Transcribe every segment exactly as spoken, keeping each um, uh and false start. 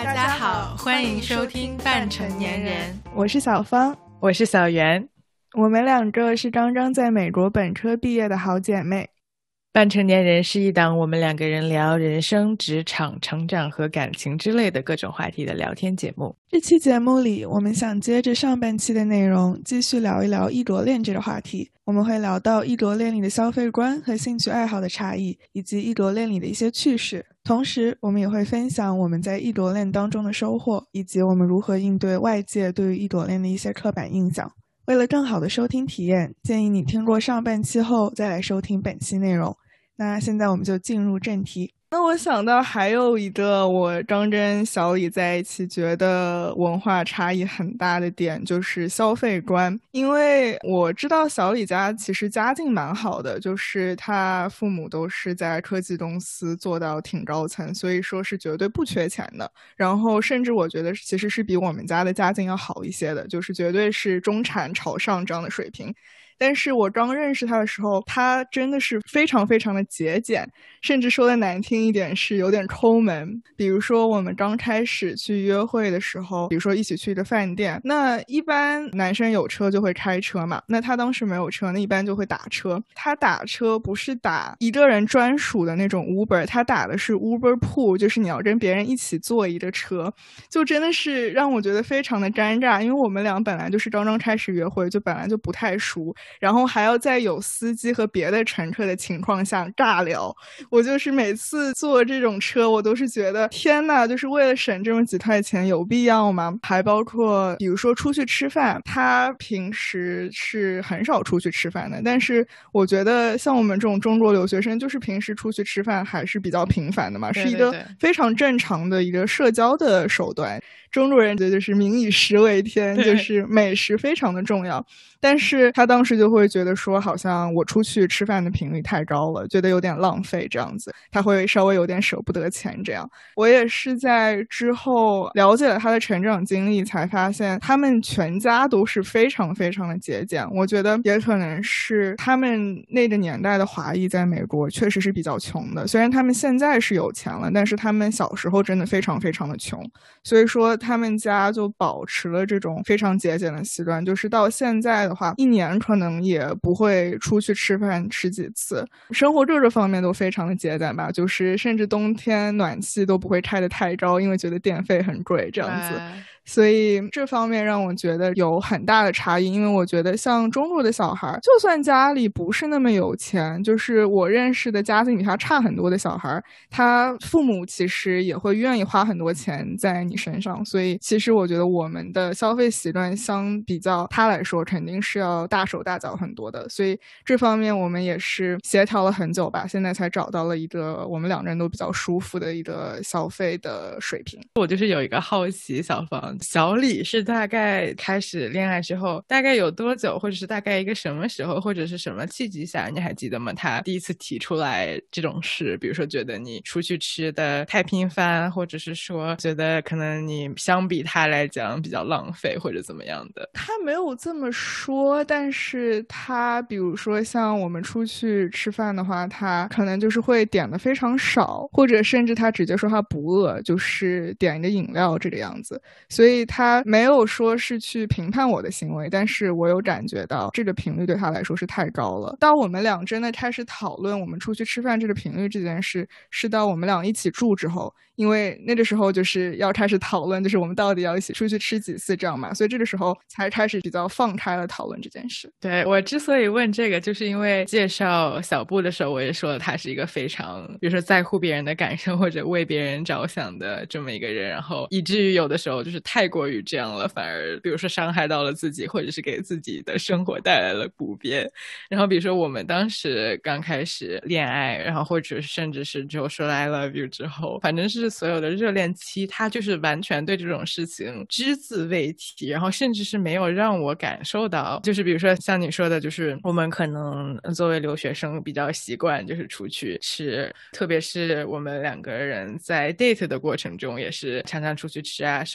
大家好，欢迎收听半成年人， 我是小芳， 我是小袁， 我们两个是刚刚在美国本科毕业的好姐妹。 半成年人是一档我们两个人聊人生、职场、成长和感情之类的各种话题的聊天节目。 这期节目里，我们想接着上半期的内容，继续聊一聊异国恋这个话题。我们会聊到异国恋里的消费观和兴趣爱好的差异，以及异国恋里的一些趣事。同时，我们也会分享我们在异国恋当中的收获，以及我们如何应对外界对于异国恋的一些刻板印象。为了更好的收听体验，建议你听过上半期后再来收听本期内容。那现在我们就进入正题。那我想到还有一个我张真小李在一起觉得文化差异很大的点，就是消费观。因为我知道小李家其实家境蛮好的，就是他父母都是在科技公司做到挺高层，所以说是绝对不缺钱的。然后甚至我觉得其实是比我们家的家境要好一些的，就是绝对是中产朝上这样的水平。但是我刚认识他的时候，他真的是非常非常的节俭，甚至说的难听一点是有点抠门。比如说我们刚开始去约会的时候，比如说一起去一个饭店，那一般男生有车就会开车嘛，那他当时没有车，那一般就会打车。他打车不是打一个人专属的那种 Uber， 他打的是 Uber Pool， 就是你要跟别人一起坐一个车，就真的是让我觉得非常的尴尬。因为我们俩本来就是刚刚开始约会，就本来就不太熟，然后还要在有司机和别的乘客的情况下尬聊。我就是每次坐这种车，我都是觉得天哪，就是为了省这么几块钱有必要吗？还包括比如说出去吃饭，他平时是很少出去吃饭的，但是我觉得像我们这种中国留学生，就是平时出去吃饭还是比较频繁的嘛， 对对对， 是一个非常正常的一个社交的手段。中国人觉得就是民以食为天，就是美食非常的重要。但是他当时就会觉得说，好像我出去吃饭的频率太高了，觉得有点浪费这样子，他会稍微有点舍不得钱这样。我也是在之后了解了他的成长经历，才发现他们全家都是非常非常的节俭。我觉得也可能是他们那个年代的华裔在美国确实是比较穷的，虽然他们现在是有钱了，但是他们小时候真的非常非常的穷，所以说他们家就保持了这种非常节俭的习惯，就是到现在的话，一年可能也不会出去吃饭吃几次，生活各个方面都非常的节俭吧，就是甚至冬天暖气都不会开得太高，因为觉得电费很贵这样子。所以这方面让我觉得有很大的差异。因为我觉得像中国的小孩，就算家里不是那么有钱，就是我认识的家境比他差很多的小孩，他父母其实也会愿意花很多钱在你身上。所以其实我觉得我们的消费习惯相比较他来说肯定是要大手大脚很多的，所以这方面我们也是协调了很久吧，现在才找到了一个我们两个人都比较舒服的一个消费的水平。 我就是有一个好奇，小芳，小李是大概开始恋爱之后大概有多久，或者是大概一个什么时候或者是什么契机下，你还记得吗？他第一次提出来这种事，比如说觉得你出去吃的太频繁，或者是说觉得可能你相比他来讲比较浪费或者怎么样的。 他没有这么说，但是他比如说像我们出去吃饭的话，他可能就是会点的非常少，或者甚至他直接说他不饿，就是点一个饮料这个样子。所以他没有说是去评判我的行为，但是我有感觉到这个频率对他来说是太高了。到我们俩真的开始讨论我们出去吃饭这个频率这件事，是到我们俩一起住之后，因为那个时候就是要开始讨论，就是我们到底要一起出去吃几次这样嘛，所以这个时候才开始比较放开了讨论这件事。 对，我之所以问这个，就是因为介绍小布的时候我也说了，他是一个非常比如说在乎别人的感受或者为别人着想的这么一个人，然后以至于有的时候就是太过于这样了，反而比如说伤害到了自己，或者是给自己的生活带来了不便。然后比如说我们当时刚开始恋爱，然后或者甚至是就说了 I love you 之后，反正是所有的热恋期他就是完全对这种事情只字未提，然后甚至是没有让我感受到，就是比如说像你说的，就是我们可能作为留学生比较习惯就是出去吃，特别是我们两个人在 date 的过程中也是常常出去吃啊什么的，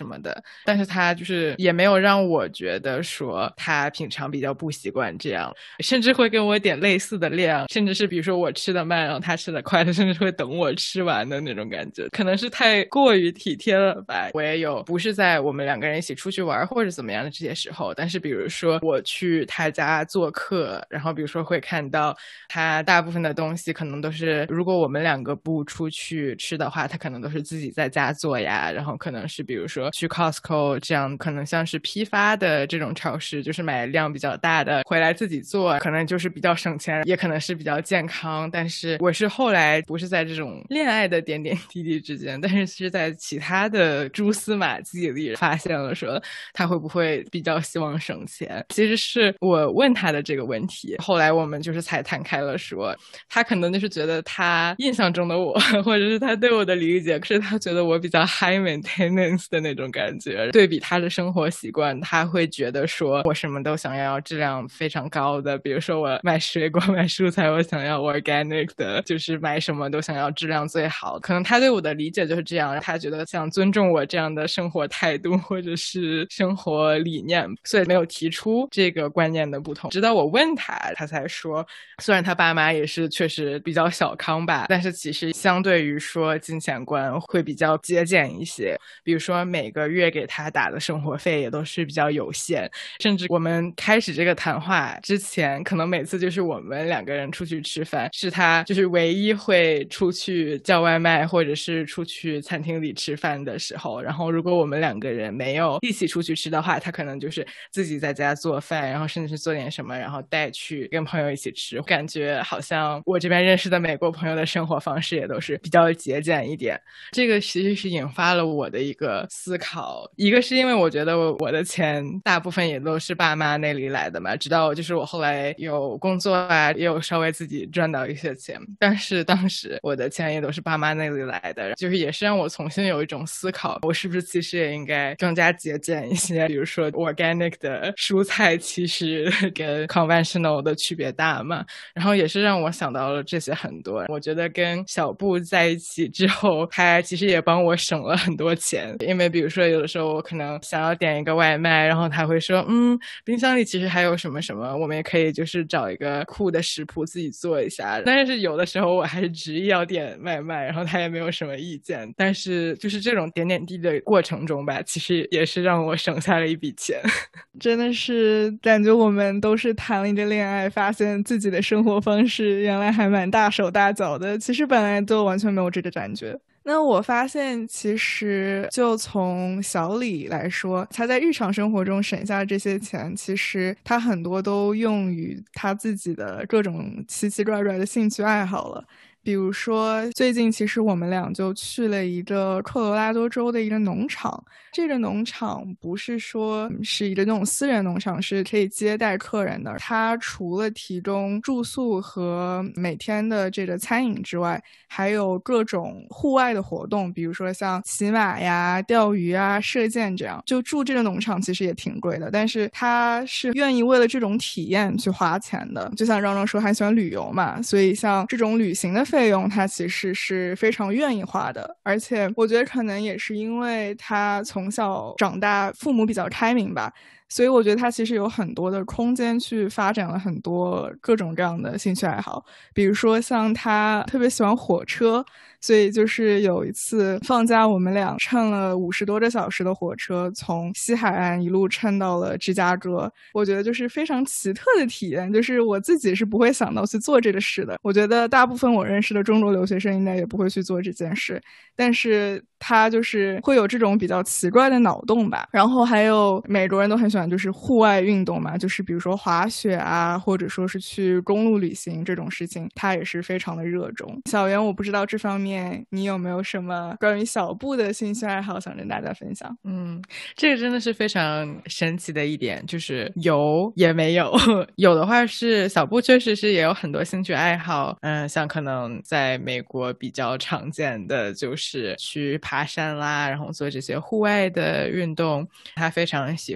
但是他就是也没有让我觉得说他平常比较不习惯这样，甚至会跟我点类似的量，甚至是比如说我吃的慢然后他吃的快，他甚至会等我吃完的那种感觉，可能是太过于体贴了吧。我也有不是在我们两个人一起出去玩或者怎么样的这些时候，但是比如说我去他家做客，然后比如说会看到他大部分的东西可能都是如果我们两个不出去吃的话，他可能都是自己在家做呀，然后可能是比如说去 Costco 这样可能像是批发的这种超市，就是买量比较大的回来自己做，可能就是比较省钱，也可能是比较健康。但是我是后来不是在这种恋爱的点点滴滴之间，但是是在其他的蛛丝马迹里发现了说他会不会比较希望省钱。其实是我问他的这个问题，后来我们就是才谈开了说他可能就是觉得他印象中的我或者是他对我的理解是他觉得我比较 high maintenance 的那种感觉，对比他的生活习惯他会觉得说我什么都想要质量非常高的，比如说我买水果买蔬菜我想要 organic 的，就是买什么都想要质量最好，可能他对我的理解就是这样，他觉得想尊重我这样的生活态度或者是生活理念，所以没有提出这个观念的不同。直到我问他他才说虽然他爸妈也是确实比较小康吧，但是其实相对于说金钱观会比较节俭一些，比如说每个月给他打的生活费也都是比较有限，甚至我们开始这个谈话之前可能每次就是我们两个人出去吃饭是他就是唯一会出去叫外卖或者是出去餐厅里吃饭的时候，然后如果我们两个人没有一起出去吃的话，他可能就是自己在家做饭，然后甚至是做点什么然后带去跟朋友一起吃，感觉好像我这边认识的美国朋友的生活方式也都是比较节俭一点。这个其实是引发了我的一个思考，一个是因为我觉得我的钱大部分也都是爸妈那里来的嘛，直到就是我后来有工作啊也有稍微自己赚到一些钱，但是当时我的钱也都是爸妈那里来的，就是也是让我重新有一种思考，我是不是其实也应该更加节俭一些，比如说 organic 的蔬菜其实跟 conventional 的区别大嘛，然后也是让我想到了这些很多。我觉得跟小布在一起之后他其实也帮我省了很多钱，因为比如说有的时候我可能想要点一个外卖，然后他会说嗯冰箱里其实还有什么什么，我们也可以就是找一个酷的食谱自己做一下，但是有的时候我还是执意要点外卖，然后他也没有什么意见，但是就是这种点点滴滴的过程中吧，其实也是让我省下了一笔钱。 真的是感觉我们都是谈了一个恋爱，发现自己的生活方式原来还蛮大手大脚的，其实本来就完全没有这个感觉。那我发现其实就从小李来说，他在日常生活中省下这些钱，其实他很多都用于他自己的各种奇奇怪怪的兴趣爱好了。比如说最近其实我们俩就去了一个科罗拉多州的一个农场，这个农场不是说是一个那种私人农场，是可以接待客人的，它除了提供住宿和每天的这个餐饮之外，还有各种户外的活动，比如说像骑马呀钓鱼啊射箭这样。就住这个农场其实也挺贵的，但是他是愿意为了这种体验去花钱的，就像让让说还喜欢旅游嘛，所以像这种旅行的费用他其实是非常愿意花的。而且我觉得可能也是因为他从小长大父母比较开明吧，所以我觉得他其实有很多的空间去发展了很多各种各样的兴趣爱好。比如说像他特别喜欢火车，所以就是有一次放假我们俩乘了五十多个小时的火车，从西海岸一路乘到了芝加哥，我觉得就是非常奇特的体验，就是我自己是不会想到去做这个事的，我觉得大部分我认识的中国留学生应该也不会去做这件事，但是他就是会有这种比较奇怪的脑洞吧。然后还有美国人都很喜欢就是户外运动嘛，就是比如说滑雪啊，或者说是去公路旅行这种事情，他也是非常的热衷。小袁，我不知道这方面你有没有什么关于小布的兴趣爱好想跟大家分享？ 嗯，这个真的是非常神奇的一点，就是有也没有。有的话是小布确实是也有很多兴趣爱好，嗯，像可能在美国比较常见的就是去爬山啦，然后做这些户外的运动。他非常喜欢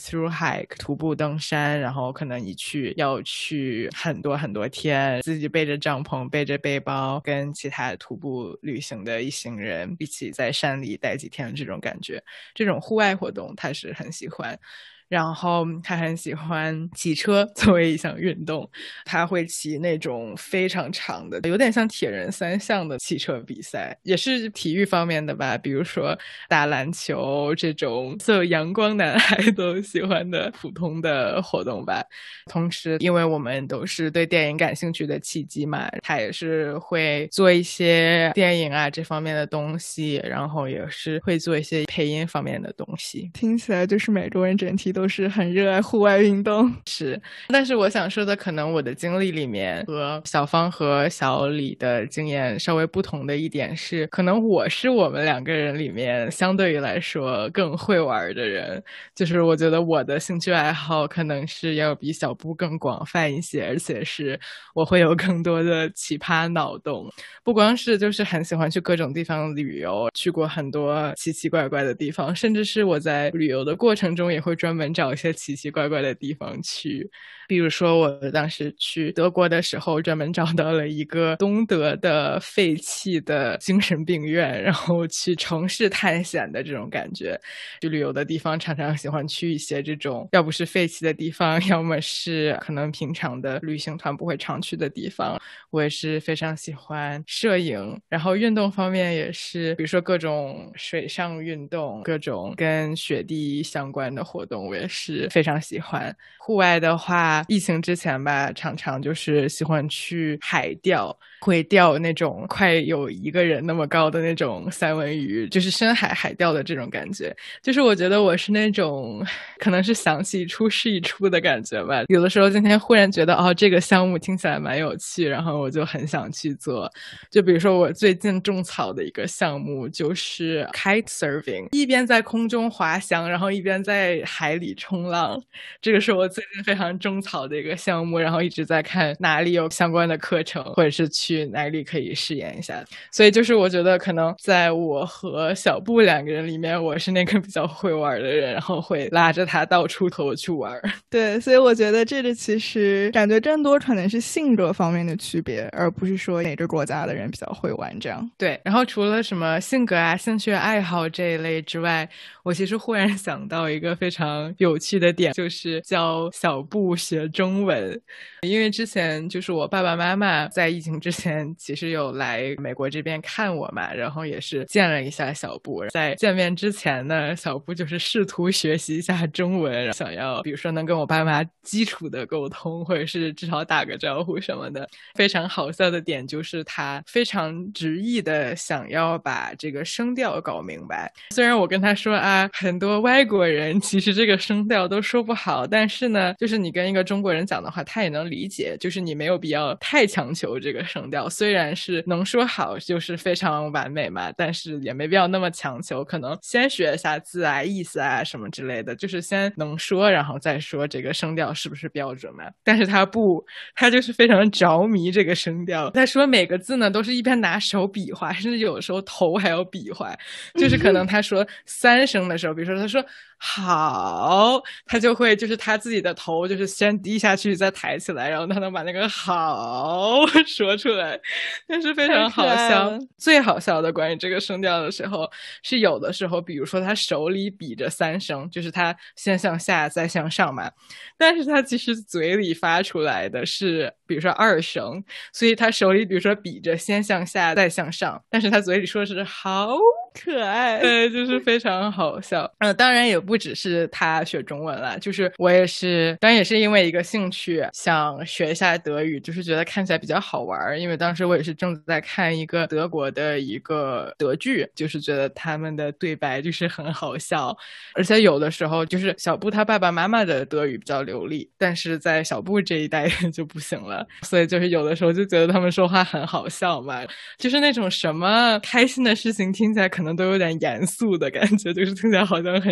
through hike 徒步登山，然后可能一去要去很多很多天，自己背着帐篷背着背包跟其他徒步旅行的一行人一起在山里待几天，这种感觉，这种户外活动他是很喜欢。然后他很喜欢骑车作为一项运动，他会骑那种非常长的有点像铁人三项的骑车比赛，也是体育方面的吧，比如说打篮球这种所有阳光男孩都喜欢的普通的活动吧。同时因为我们都是对电影感兴趣的契机嘛，他也是会做一些电影啊这方面的东西，然后也是会做一些配音方面的东西。 听起来就是美国人整体都是很热爱户外运动。 是，但是我想说的可能我的经历里面和小芳和小李的经验稍微不同的一点是，可能我是我们两个人里面相对于来说更会玩的人，就是我觉得我的兴趣爱好可能是要比小布更广泛一些，而且是我会有更多的奇葩脑洞，不光是就是很喜欢去各种地方旅游，去过很多奇奇怪怪的地方，甚至是我在旅游的过程中也会专门找一些奇奇怪怪的地方去。比如说我当时去德国的时候专门找到了一个东德的废弃的精神病院，然后去城市探险的这种感觉。去旅游的地方常常喜欢去一些这种要不是废弃的地方，要么是可能平常的旅行团不会常去的地方。我也是非常喜欢摄影，然后运动方面也是比如说各种水上运动，各种跟雪地相关的活动我也是非常喜欢。户外的话疫情之前吧，常常就是喜欢去海钓，会钓那种快有一个人那么高的那种三文鱼，就是深海海钓的这种感觉。就是我觉得我是那种可能是想起一出是一出的感觉吧，有的时候今天忽然觉得哦这个项目听起来蛮有趣，然后我就很想去做。就比如说我最近种草的一个项目就是 kite surfing， 一边在空中滑翔，然后一边在海里冲浪，这个是我最近非常种草的一个项目，然后一直在看哪里有相关的课程，或者是去哪里可以试验一下。所以就是我觉得可能在我和小布两个人里面，我是那个比较会玩的人，然后会拉着他到处和我去玩。 对，所以我觉得这个其实感觉更多可能是性格方面的区别，而不是说哪个国家的人比较会玩这样。 对，然后除了什么性格啊兴趣爱好这一类之外，我其实忽然想到一个非常有趣的点，就是教小布学中文。因为之前就是我爸爸妈妈在疫情之前其实有来美国这边看我嘛，然后也是见了一下小布。在见面之前呢，小布就是试图学习一下中文，想要比如说能跟我爸妈基础的沟通，或者是至少打个招呼什么的。非常好笑的点就是他非常执意的想要把这个声调搞明白。虽然我跟他说啊，很多外国人其实这个声调都说不好，但是呢就是你跟一个中国人讲的话他也能理解，就是你没有必要太强求这个声调，虽然是能说好就是非常完美嘛，但是也没必要那么强求，可能先学一下字啊意思啊什么之类的，就是先能说然后再说这个声调是不是标准嘛。但是他不，他就是非常着迷这个声调，他说每个字呢都是一边拿手比划，甚至有时候头还要比划，就是可能他说三声的时候，比如说他说好，他就会就是他自己的头就是先低下去再抬起来，然后他能把那个好说出来，但是非常好笑。最好笑的关于这个声调的时候是有的时候比如说他手里比着三声，就是他先向下再向上嘛，但是他其实嘴里发出来的是比如说二声，所以他手里比如说比着先向下再向上，但是他嘴里说是好可爱。 对，就是非常好笑。嗯、呃，当然也不只是他学中文了，就是我也是当然也是因为一个兴趣想学一下德语，就是觉得看起来比较好玩，因为当时我也是正在看一个德国的一个德剧，就是觉得他们的对白就是很好笑，而且有的时候就是小布他爸爸妈妈的德语比较流利，但是在小布这一代就不行了，所以就是有的时候就觉得他们说话很好笑嘛，就是那种什么开心的事情听起来可能都有点严肃的感觉，就是听起来好像很生气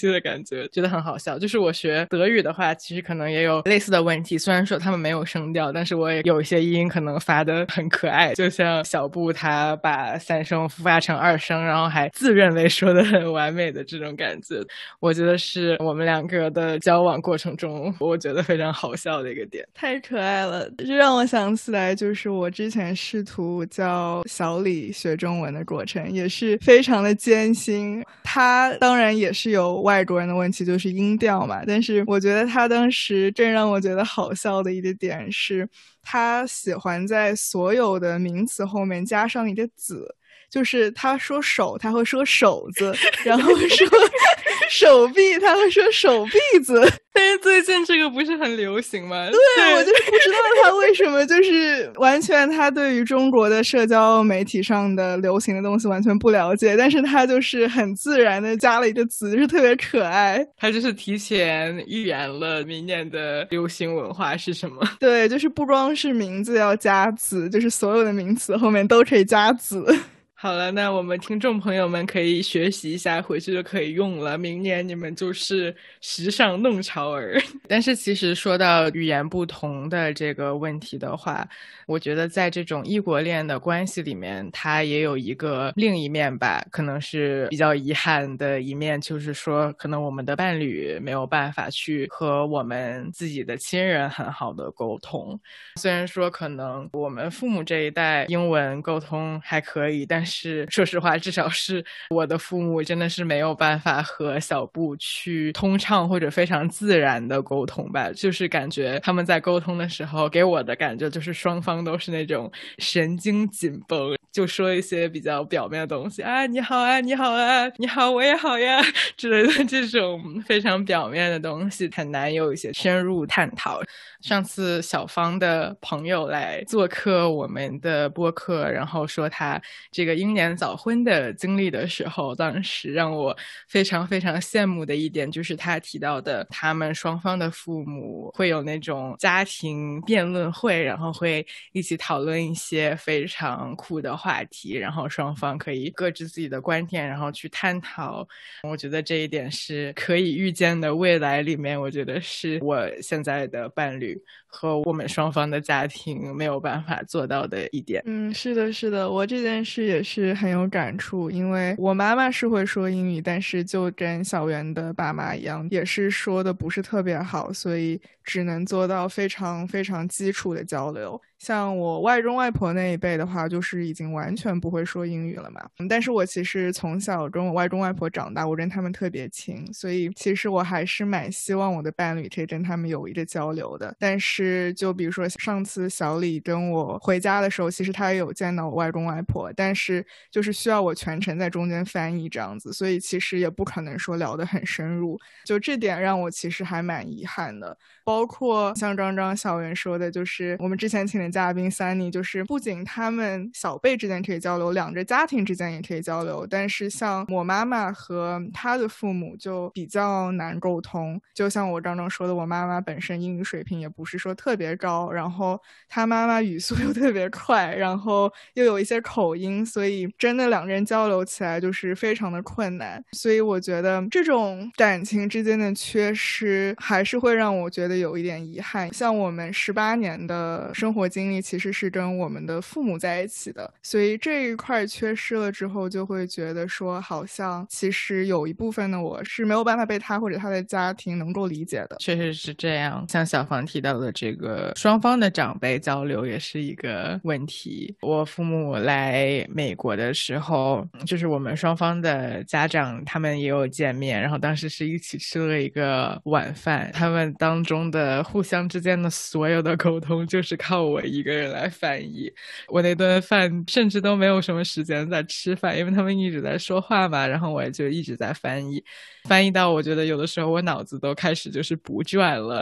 气的感觉，觉得很好笑。就是我学德语的话，其实可能也有类似的问题，虽然说他们没有声调，但是我也有一些音可能发的很可爱，就像小布他把三声复发成二声，然后还自认为说的很完美的这种感觉，我觉得是我们两个的交往过程中我觉得非常好笑的一个点。 太可爱了，这让我想起来就是我之前试图教小李学中文的过程也是非常的艰辛，他当然也是有外国人的问题，就是音调嘛，但是我觉得他当时正让我觉得好笑的一个点是他喜欢在所有的名词后面加上一个子，就是他说手他会说手子，然后说手臂他会说手臂子。 但是最近这个不是很流行吗？ 对，对我就是不知道他为什么就是完全他对于中国的社交媒体上的流行的东西完全不了解，但是他就是很自然的加了一个词，就是特别可爱。 他就是提前预言了明年的流行文化是什么。 对，就是不光是名字要加子，就是所有的名词后面都可以加子。 好了，那我们听众朋友们可以学习一下，回去就可以用了，明年你们就是时尚弄潮儿。但是其实说到语言不同的这个问题的话，我觉得在这种异国恋的关系里面，它也有一个另一面吧，可能是比较遗憾的一面，就是说可能我们的伴侣没有办法去和我们自己的亲人很好的沟通。虽然说可能我们父母这一代英文沟通还可以，但是说实话，至少是我的父母真的是没有办法和小布去通畅或者非常自然的沟通吧，就是感觉他们在沟通的时候给我的感觉就是双方都是那种神经紧绷，就说一些比较表面的东西啊，你好啊，你好啊，你好我也好呀之类的，这种非常表面的东西很难有一些深入探讨。上次小芳的朋友来做客我们的播客，然后说他这个英年早婚的经历的时候，当时让我非常非常羡慕的一点就是他提到的他们双方的父母会有那种家庭辩论会，然后会一起讨论一些非常酷的话题，然后双方可以各自自己的观点然后去探讨。我觉得这一点是可以预见的未来里面，我觉得是我现在的伴侣和我们双方的家庭没有办法做到的一点。 嗯，是的是的，我这件事也是很有感触，因为我妈妈是会说英语，但是就跟小圆的爸妈一样，也是说的不是特别好，所以只能做到非常非常基础的交流。像我外公外婆那一辈的话，就是已经完全不会说英语了嘛。但是我其实从小跟我外公外婆长大，我跟他们特别亲，所以其实我还是蛮希望我的伴侣可以跟他们有一个交流的。但是就比如说上次小李跟我回家的时候，其实他也有见到我外公外婆，但是就是需要我全程在中间翻译这样子，所以其实也不可能说聊得很深入，就这点让我其实还蛮遗憾的。包括像刚刚小圆说的，就是我们之前请的嘉宾 Sunny， 就是不仅他们小辈之间可以交流，两个家庭之间也可以交流，但是像我妈妈和她的父母就比较难沟通。就像我刚刚说的，我妈妈本身英语水平也不是说特别高，然后她妈妈语速又特别快，然后又有一些口音，所以真的两个人交流起来就是非常的困难。所以我觉得这种感情之间的缺失还是会让我觉得有一点遗憾。像我们十八年的生活经历其实是跟我们的父母在一起的，所以这一块缺失了之后，就会觉得说好像其实有一部分的我是没有办法被他或者他的家庭能够理解的。 确实是这样，像小芳提到的这个双方的长辈交流也是一个问题。我父母来美国的时候，就是我们双方的家长他们也有见面，然后当时是一起吃了一个晚饭，他们当中的互相之间的所有的沟通就是靠我一个人来翻译。我那顿饭甚至都没有什么时间在吃饭，因为他们一直在说话嘛，然后我就一直在翻译，翻译到我觉得有的时候我脑子都开始就是不转了。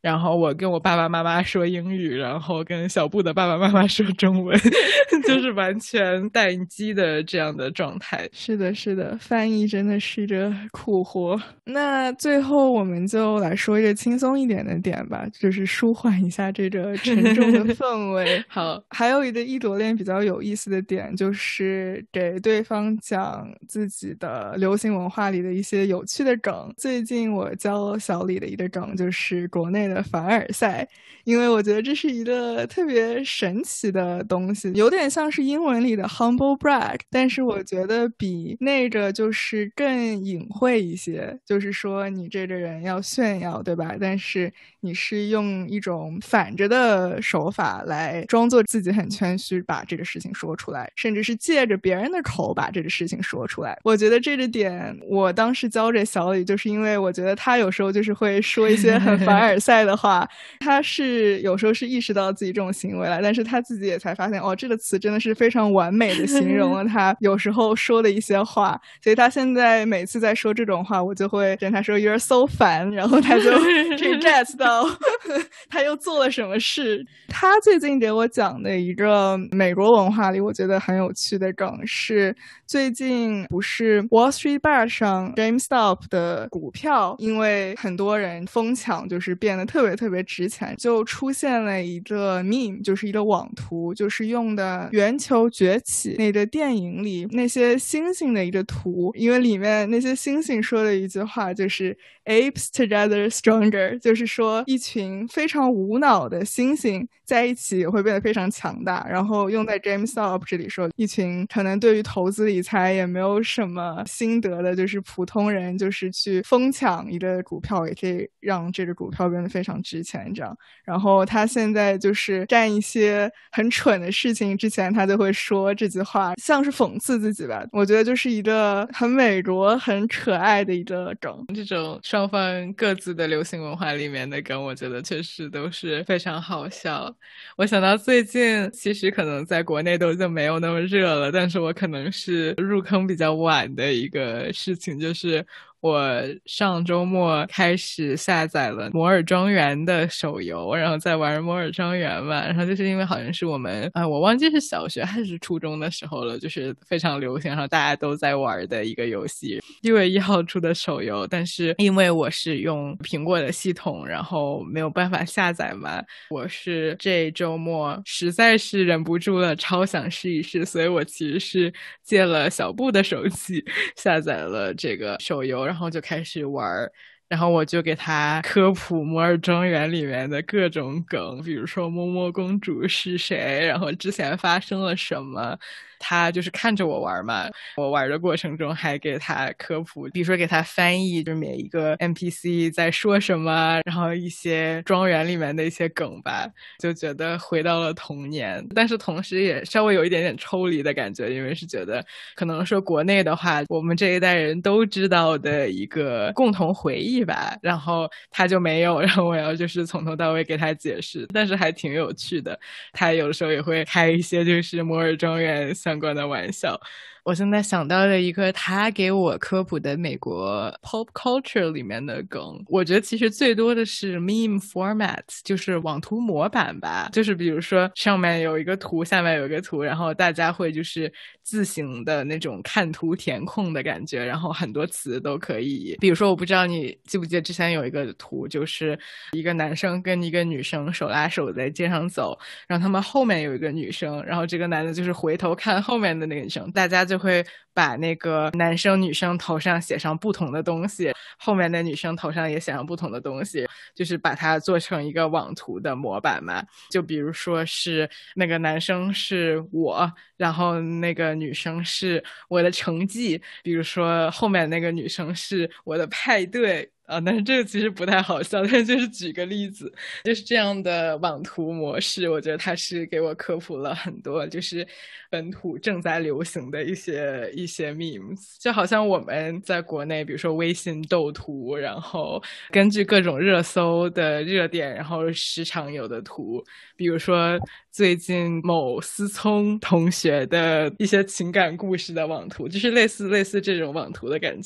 然后我跟我爸爸妈妈说英语，然后跟小布的爸爸妈妈说中文，就是完全待机的这样的状态。 是的，是的，翻译真的是个苦活。那最后我们就来说一个轻松一点的点吧，就是舒缓一下这个沉重的氛围。 好， 还有一个异国恋比较有意思的点，就是给对方讲自己的流行文化里的一些有趣的梗。最近我教小李的一个梗就是国内的凡尔赛，因为我觉得这是一个特别神奇的东西，有点像是英文里的 humble brag， 但是我觉得比那个就是更隐晦一些，就是说你这个人要炫耀，对吧？但是你是用一种反着的手法来装作自己很谦虚，把这个事情说出来，甚至是借着别人的口把这个事情说出来。我觉得这个点我当时教给小李，就是因为我觉得他有时候就是会说一些很凡尔赛的话，他是有时候是意识到自己这种行为了，但是他自己也才发现，哦，这个词真的是非常完美的形容了他有时候说的一些话，所以他现在每次在说这种话，我就会跟他说 You're so 烦，然后他就可以 get 到他又做了什么事。他最近给我讲的一个美国文化里我觉得很有趣的梗是，最近不是 Wall Street Bar 上 GameStop 的股票因为很多人疯抢就是变得特别特别值钱，就出现了一个 meme， 就是一个网图，就是用的圆球崛起那个电影里那些星星的一个图，因为里面那些星星说的一句话就是 Apes together stronger， 就是说一群非常无脑的猩猩在一起也会变得非常强大，然后用在 GameStop 这里说一群可能对于投资理财也没有什么心得的就是普通人，就是去疯抢一个股票也可以让这个股票变得非常值钱这样。然后他现在就是干一些很蠢的事情之前他就会说这句话，像是讽刺自己吧，我觉得就是一个很美国很可爱的一个梗。 这种双方各自的流行文化里面的梗我觉得确实都是非常好笑。我想到最近其实可能在国内都已经没有那么热了，但是我可能是入坑比较晚的一个事情，就是我上周末开始下载了摩尔庄园的手游，然后在玩摩尔庄园嘛，然后就是因为好像是我们啊、呃，我忘记是小学还是初中的时候了，就是非常流行，然后大家都在玩的一个游戏，一月一号出的手游，但是因为我是用苹果的系统，然后没有办法下载嘛，我是这周末实在是忍不住了，超想试一试，所以我其实是借了小布的手机下载了这个手游，然后就开始玩，然后我就给他科普摩尔庄园里面的各种梗，比如说摸摸公主是谁，然后之前发生了什么，他就是看着我玩嘛，我玩的过程中还给他科普，比如说给他翻译就是每一个 N P C 在说什么，然后一些庄园里面的一些梗吧，就觉得回到了童年，但是同时也稍微有一点点抽离的感觉，因为是觉得可能说国内的话我们这一代人都知道的一个共同回忆吧，然后他就没有，然后我要就是从头到尾给他解释，但是还挺有趣的，他有的时候也会开一些就是摩尔庄园相关的玩笑。我现在想到了一个他给我科普的美国 pop culture 里面的梗，我觉得其实最多的是 meme format， 就是网图模板吧，就是比如说上面有一个图下面有一个图，然后大家会就是自行的那种看图填空的感觉，然后很多词都可以，比如说我不知道你记不记得之前有一个图，就是一个男生跟一个女生手拉手在街上走，然后他们后面有一个女生，然后这个男的就是回头看后面的那个女生，大家就会把那个男生女生头上写上不同的东西，后面的女生头上也写上不同的东西，就是把它做成一个网图的模板嘛。就比如说是那个男生是我，然后那个女生是我的成绩，比如说后面那个女生是我的派对啊，但是这个其实不太好笑，但是就是举个例子，就是这样的网图模式，我觉得它是给我科普了很多，就是本土正在流行的一些一些 memes， 就好像我们在国内，比如说微信斗图，然后根据各种热搜的热点，然后时常有的图，比如说最近某思聪同学的一些情感故事的网图，就是类似类似这种网图的感觉。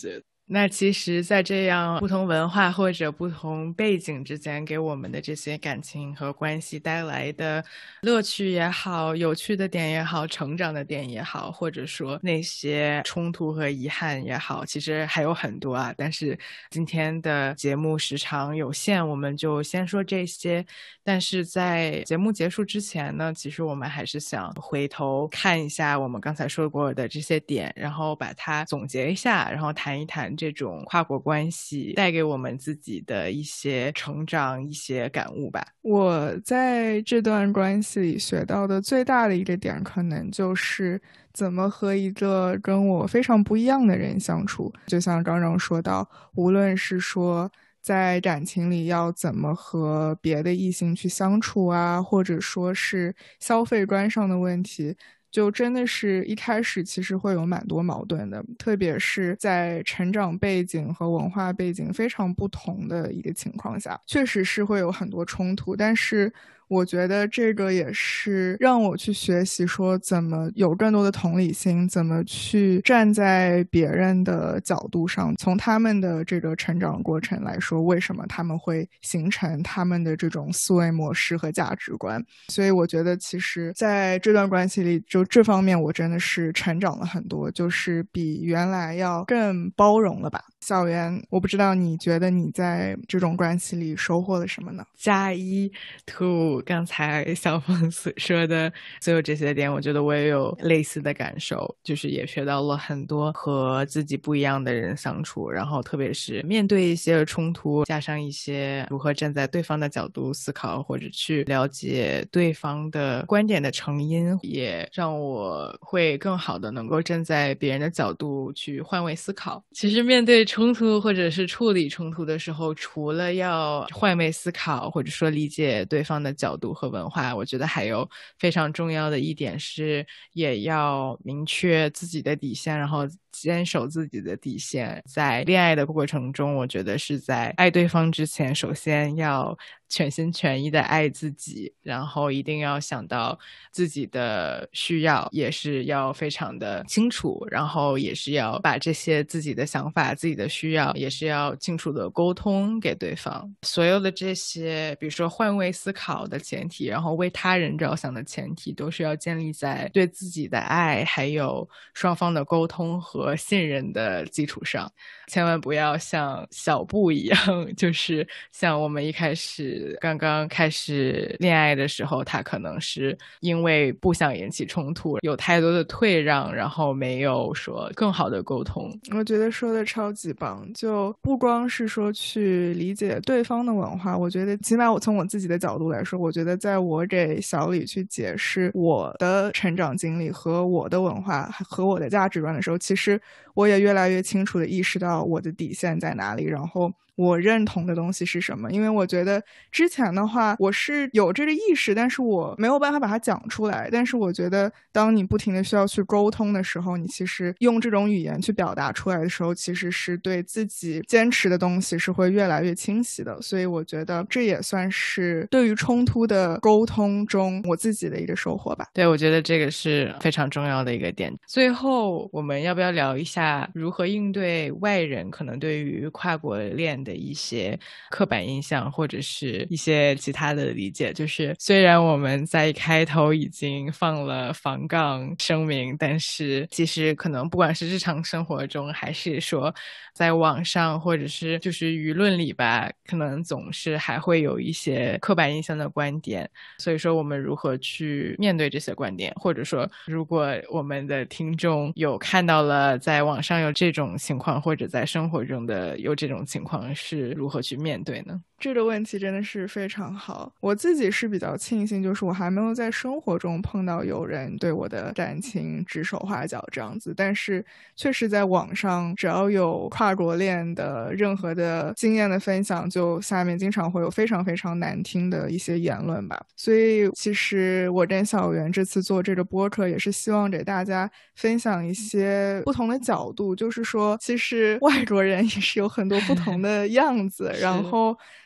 那其实在这样不同文化或者不同背景之间给我们的这些感情和关系带来的乐趣也好，有趣的点也好，成长的点也好，或者说那些冲突和遗憾也好，其实还有很多啊。但是今天的节目时长有限，我们就先说这些。但是在节目结束之前呢，其实我们还是想回头看一下我们刚才说过的这些点，然后把它总结一下，然后谈一谈这种跨国关系带给我们自己的一些成长、一些感悟吧。 我在这段关系里学到的最大的一个点，可能就是怎么和一个跟我非常不一样的人相处。就像刚刚说到，无论是说在感情里要怎么和别的异性去相处啊，或者说是消费观上的问题，就真的是一开始其实会有蛮多矛盾的，特别是在成长背景和文化背景非常不同的一个情况下，确实是会有很多冲突。但是我觉得这个也是让我去学习说怎么有更多的同理心，怎么去站在别人的角度上，从他们的这个成长过程来说，为什么他们会形成他们的这种思维模式和价值观。所以我觉得其实在这段关系里，就这方面我真的是成长了很多，就是比原来要更包容了吧。小袁，我不知道你觉得你在这种关系里收获了什么呢？ 加一 to 刚才小凤所说的所有这些点，我觉得我也有类似的感受，就是也学到了很多和自己不一样的人相处，然后特别是面对一些冲突，加上一些如何站在对方的角度思考，或者去了解对方的观点的成因，也让我会更好的能够站在别人的角度去换位思考。其实面对冲突或者是处理冲突的时候，除了要换位思考或者说理解对方的角度和文化，我觉得还有非常重要的一点是也要明确自己的底线，然后坚守自己的底线。在恋爱的过程中，我觉得是在爱对方之前，首先要全心全意的爱自己，然后一定要想到自己的需要，也是要非常的清楚，然后也是要把这些自己的想法、自己的需要也是要清楚的沟通给对方。所有的这些比如说换位思考的前提，然后为他人着想的前提，都是要建立在对自己的爱还有双方的沟通和信任的基础上。千万不要像小布一样，就是像我们一开始刚刚开始恋爱的时候，他可能是因为不想引起冲突，有太多的退让，然后没有说更好的沟通。 我觉得说的超级棒，就不光是说去理解对方的文化，我觉得起码我从我自己的角度来说，我觉得在我给小李去解释我的成长经历和我的文化和我的价值观的时候，其实我也越来越清楚地意识到我的底线在哪里，然后我认同的东西是什么。因为我觉得之前的话我是有这个意识，但是我没有办法把它讲出来。但是我觉得当你不停的需要去沟通的时候，你其实用这种语言去表达出来的时候，其实是对自己坚持的东西是会越来越清晰的。所以我觉得这也算是对于冲突的沟通中我自己的一个收获吧。 对，我觉得这个是非常重要的一个点。最后我们要不要聊一下如何应对外人可能对于跨国恋的一些刻板印象或者是一些其他的理解。就是虽然我们在一开头已经放了防杠声明，但是其实可能不管是日常生活中还是说在网上或者是就是舆论里吧，可能总是还会有一些刻板印象的观点。所以说我们如何去面对这些观点，或者说如果我们的听众有看到了在网上有这种情况，或者在生活中的有这种情况，是如何去面对呢？ 这个问题真的是非常好。我自己是比较庆幸，就是我还没有在生活中碰到有人对我的感情指手画脚这样子，但是确实在网上只要有跨国恋的任何的经验的分享，就下面经常会有非常非常难听的一些言论吧。所以其实我跟小袁这次做这个播客也是希望给大家分享一些不同的角度，就是说其实外国人也是有很多不同的样子然后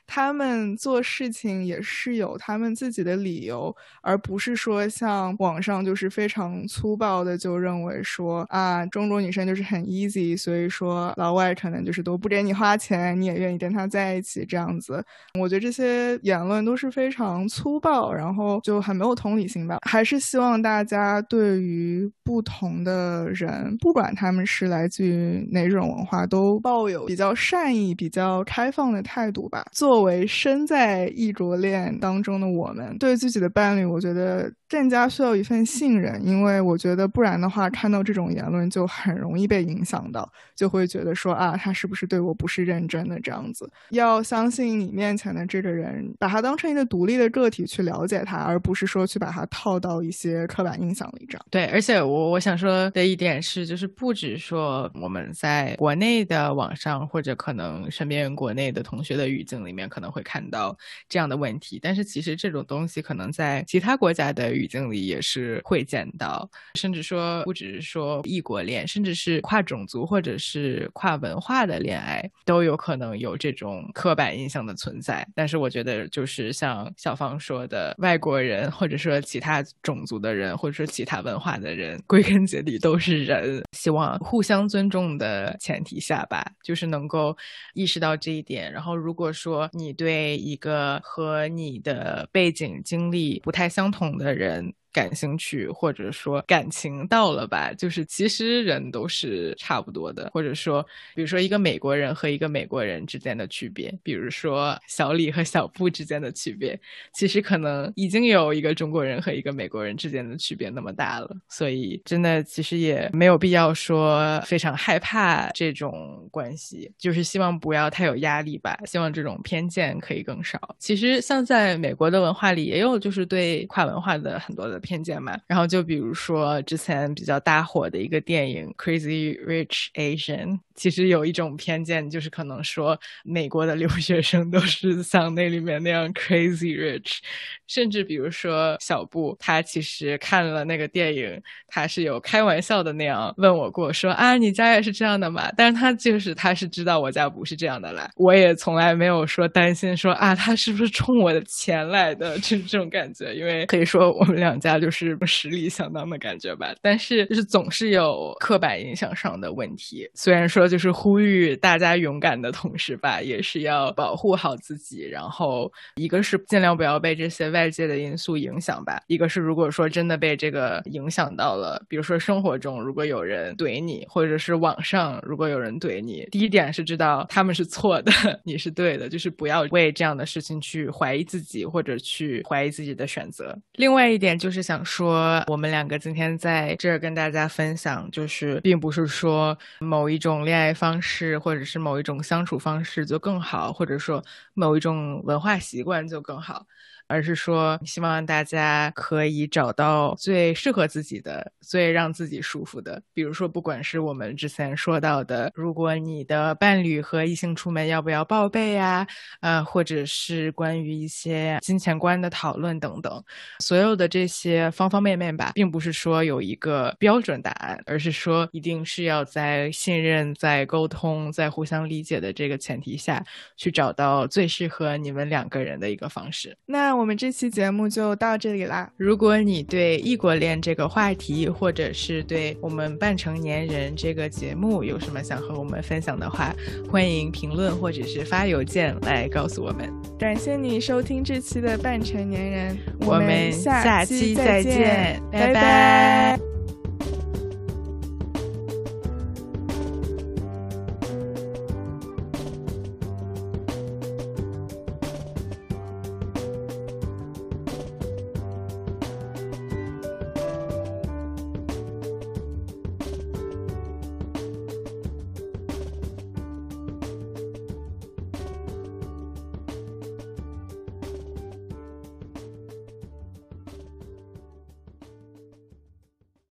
他们做事情也是有他们自己的理由，而不是说像网上就是非常粗暴的就认为说啊，中国女生就是很 easy， 所以说老外可能就是都不给你花钱，你也愿意跟他在一起这样子。我觉得这些言论都是非常粗暴，然后就很没有同理心吧。还是希望大家对于不同的人，不管他们是来自于哪种文化，都抱有比较善意比较开放的态度吧。作为身在异国恋当中的我们，对自己的伴侣我觉得更加需要一份信任，因为我觉得不然的话看到这种言论就很容易被影响到，就会觉得说啊，他是不是对我不是认真的这样子。要相信你面前的这个人，把他当成一个独立的个体去了解他，而不是说去把他套到一些刻板印象里这样。 对，而且我我想说的一点是，就是不止说我们在国内的网上或者可能身边国内的同学的语境里面可能会看到这样的问题，但是其实这种东西可能在其他国家的语境里也是会见到，甚至说不只是说异国恋，甚至是跨种族或者是跨文化的恋爱都有可能有这种刻板印象的存在。但是我觉得就是像小芳说的，外国人或者说其他种族的人或者说其他文化的人，归根结底都是人，希望互相尊重的前提下吧，就是能够意识到这一点。然后如果说你对一个和你的背景经历不太相同的人感兴趣，或者说感情到了吧，就是其实人都是差不多的，或者说比如说一个美国人和一个美国人之间的区别，比如说小李和小布之间的区别，其实可能已经有一个中国人和一个美国人之间的区别那么大了。所以真的其实也没有必要说非常害怕这种关系，就是希望不要太有压力吧，希望这种偏见可以更少。其实像在美国的文化里也有就是对跨文化的很多的偏见嘛，然后就比如说之前比较大火的一个电影 Crazy Rich Asian， 其实有一种偏见，就是可能说美国的留学生都是像那里面那样 crazy rich， 甚至比如说小布他其实看了那个电影，他是有开玩笑的那样问我过说啊你家也是这样的吗？但是他就是他是知道我家不是这样的啦，我也从来没有说担心说啊他是不是冲我的钱来的这这种感觉，因为可以说我们两家就是实力相当的感觉吧。但是就是总是有刻板印象上的问题，虽然说就是呼吁大家勇敢的同时吧，也是要保护好自己，然后一个是尽量不要被这些外界的因素影响吧，一个是如果说真的被这个影响到了，比如说生活中如果有人怼你，或者是网上如果有人怼你，第一点是知道他们是错的你是对的，就是不要为这样的事情去怀疑自己，或者去怀疑自己的选择。另外一点就是想说我们两个今天在这儿跟大家分享，就是并不是说某一种恋爱方式或者是某一种相处方式就更好，或者说某一种文化习惯就更好，而是说希望大家可以找到最适合自己的，最让自己舒服的。比如说不管是我们之前说到的，如果你的伴侣和异性出门要不要报备啊，呃，或者是关于一些金钱观的讨论等等，所有的这些方方面面吧，并不是说有一个标准答案，而是说一定是要在信任、在沟通、在互相理解的这个前提下去找到最适合你们两个人的一个方式。 那我们这期节目就到这里啦。 如果你对异国恋这个话题，或者是对我们半成年人这个节目有什么想和我们分享的话，欢迎评论或者是发邮件来告诉我们。 感谢你收听这期的半成年人， 我们下期再见，拜拜。 拜拜。